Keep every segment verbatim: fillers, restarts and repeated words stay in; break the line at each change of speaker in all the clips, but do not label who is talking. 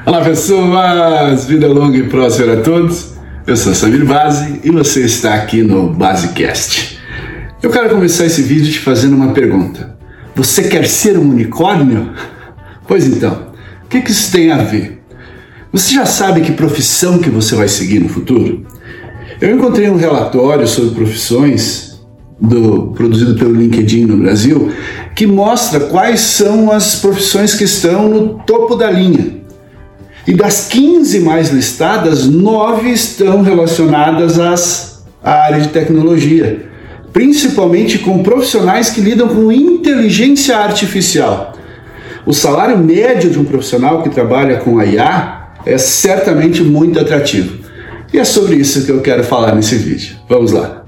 Olá pessoas, vida longa e próspera a todos. Eu sou Samir Base e você está aqui no Basecast. Eu quero começar esse vídeo te fazendo uma pergunta. Você quer ser um unicórnio? Pois então, o que, que isso tem a ver? Você já sabe que profissão que você vai seguir no futuro? Eu encontrei um relatório sobre profissões do, produzido pelo LinkedIn no Brasil que mostra quais são as profissões que estão no topo da linha. E das quinze mais listadas, nove estão relacionadas às, à área de tecnologia, principalmente com profissionais que lidam com inteligência artificial. O salário médio de um profissional que trabalha com a I A é certamente muito atrativo. E é sobre isso que eu quero falar nesse vídeo. Vamos lá!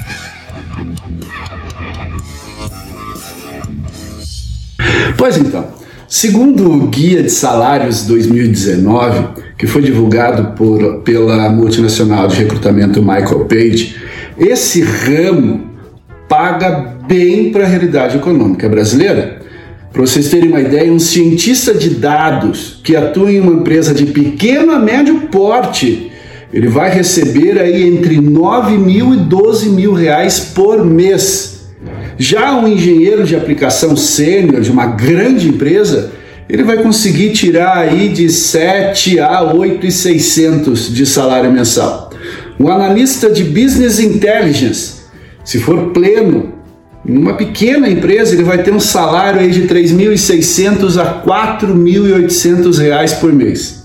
Pois então, segundo o Guia de Salários dois mil e dezenove, que foi divulgado por, pela multinacional de recrutamento Michael Page, esse ramo paga bem para a realidade econômica brasileira. Para vocês terem uma ideia, um cientista de dados que atua em uma empresa de pequeno a médio porte, ele vai receber aí entre nove mil e doze mil reais por mês. Já um engenheiro de aplicação sênior de uma grande empresa, ele vai conseguir tirar aí de sete a oito mil e seiscentos de salário mensal. Um analista de Business Intelligence, se for pleno, em uma pequena empresa, ele vai ter um salário aí de três mil e seiscentos a quatro mil e oitocentos reais por mês.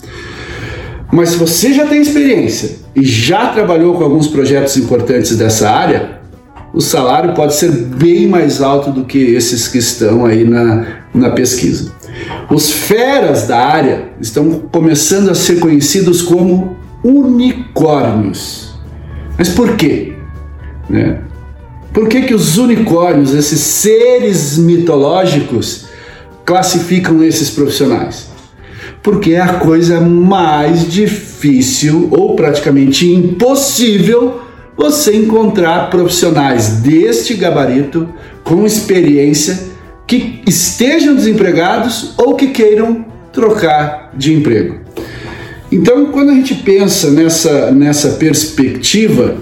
Mas se você já tem experiência e já trabalhou com alguns projetos importantes dessa área, o salário pode ser bem mais alto do que esses que estão aí na, na pesquisa. Os feras da área estão começando a ser conhecidos como unicórnios. Mas por quê? Né? Por que que os unicórnios, esses seres mitológicos, classificam esses profissionais? Porque é a coisa mais difícil ou praticamente impossível você encontrar profissionais deste gabarito, com experiência, que estejam desempregados ou que queiram trocar de emprego. Então, quando a gente pensa nessa, nessa perspectiva,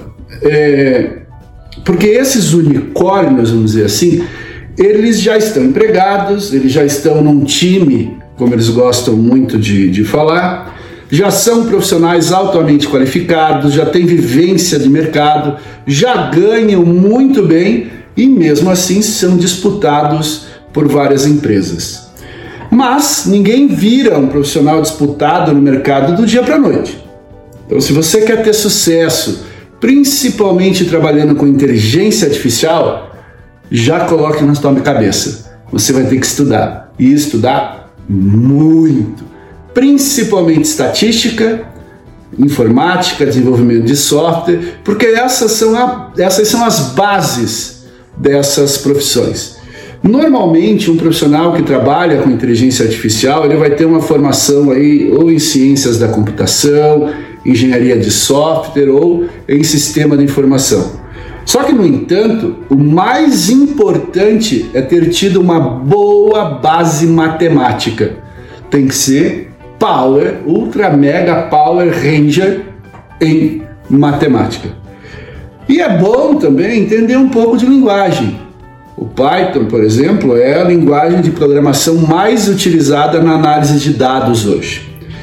é, porque esses unicórnios, vamos dizer assim, eles já estão empregados, eles já estão num time, como eles gostam muito de, de falar, já são profissionais altamente qualificados, já têm vivência de mercado, já ganham muito bem e mesmo assim são disputados por várias empresas. Mas ninguém vira um profissional disputado no mercado do dia para a noite. Então, se você quer ter sucesso, principalmente trabalhando com inteligência artificial, já coloque na sua cabeça. Você vai ter que estudar, e estudar muito. Principalmente estatística, informática, desenvolvimento de software, porque essas são, a, essas são as bases dessas profissões. Normalmente, um profissional que trabalha com inteligência artificial, ele vai ter uma formação aí ou em ciências da computação, engenharia de software ou em sistema de informação. Só que, no entanto, o mais importante é ter tido uma boa base matemática. Tem que ser Power, Ultra Mega Power Ranger em matemática. E é bom também entender um pouco de linguagem. O Python, por exemplo, é a linguagem de programação mais utilizada na análise de dados hoje.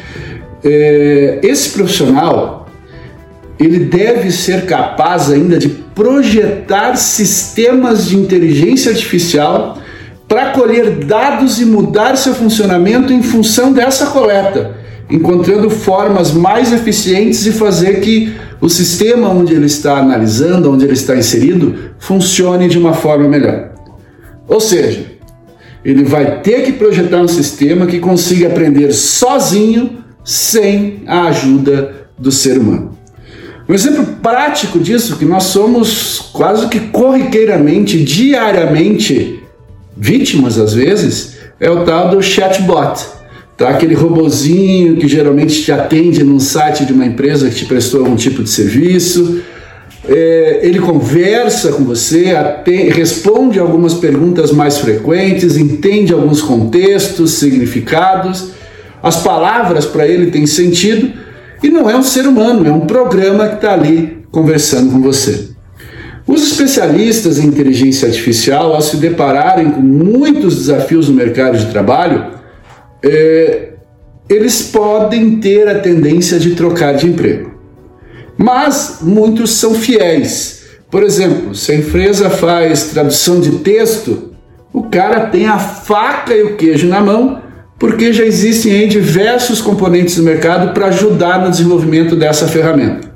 É, esse profissional, ele deve ser capaz ainda de projetar sistemas de inteligência artificial para colher dados e mudar seu funcionamento em função dessa coleta, encontrando formas mais eficientes de fazer que o sistema onde ele está analisando, onde ele está inserido, funcione de uma forma melhor. Ou seja, ele vai ter que projetar um sistema que consiga aprender sozinho, sem a ajuda do ser humano. Um exemplo prático disso, que nós somos quase que corriqueiramente, diariamente, vítimas às vezes, é o tal do chatbot, tá? Aquele robozinho que geralmente te atende num site de uma empresa que te prestou algum tipo de serviço. É, ele conversa com você, atende, responde algumas perguntas mais frequentes, entende alguns contextos, significados, as palavras para ele têm sentido e não é um ser humano, é um programa que está ali conversando com você. Os especialistas em inteligência artificial, ao se depararem com muitos desafios no mercado de trabalho, é, eles podem ter a tendência de trocar de emprego. Mas muitos são fiéis. Por exemplo, se a empresa faz tradução de texto, o cara tem a faca e o queijo na mão, porque já existem aí diversos componentes do mercado para ajudar no desenvolvimento dessa ferramenta.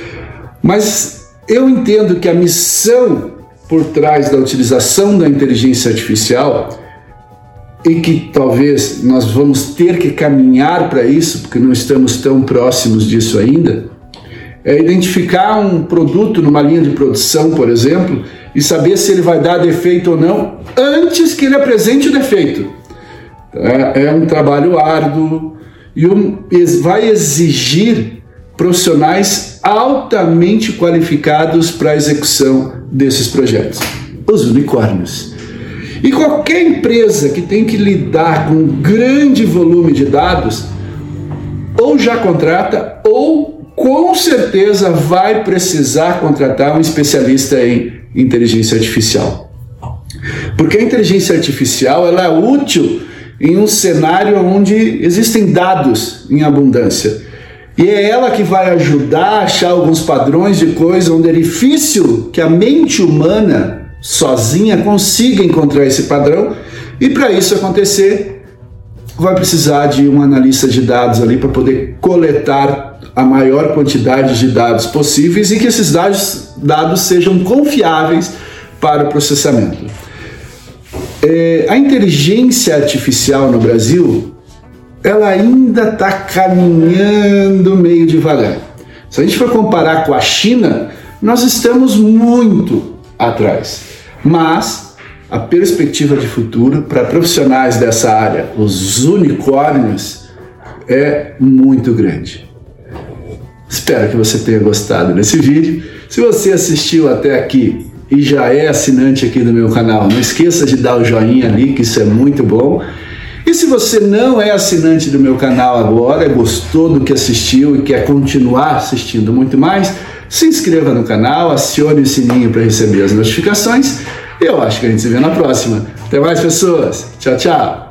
Mas eu entendo que a missão por trás da utilização da inteligência artificial, e que talvez nós vamos ter que caminhar para isso, porque não estamos tão próximos disso ainda, é identificar um produto numa linha de produção, por exemplo, e saber se ele vai dar defeito ou não antes que ele apresente o defeito. É, é um trabalho árduo e um, vai exigir profissionais altamente qualificados para a execução desses projetos, os unicórnios. E qualquer empresa que tem que lidar com um grande volume de dados, ou já contrata, ou com certeza vai precisar contratar um especialista em inteligência artificial. Porque a inteligência artificial ela é útil em um cenário onde existem dados em abundância. E é ela que vai ajudar a achar alguns padrões de coisa onde é difícil que a mente humana sozinha consiga encontrar esse padrão. E para isso acontecer, vai precisar de um analista de dados ali para poder coletar a maior quantidade de dados possíveis e que esses dados, dados sejam confiáveis para o processamento. É, a inteligência artificial no Brasil, ela ainda está caminhando meio devagar. Se a gente for comparar com a China, nós estamos muito atrás. Mas a perspectiva de futuro para profissionais dessa área, os unicórnios, é muito grande. Espero que você tenha gostado desse vídeo. Se você assistiu até aqui e já é assinante aqui do meu canal, não esqueça de dar o joinha ali, que isso é muito bom. E se você não é assinante do meu canal agora, gostou do que assistiu e quer continuar assistindo muito mais, se inscreva no canal, acione o sininho para receber as notificações. Eu acho que a gente se vê na próxima. Até mais, pessoas. Tchau, tchau.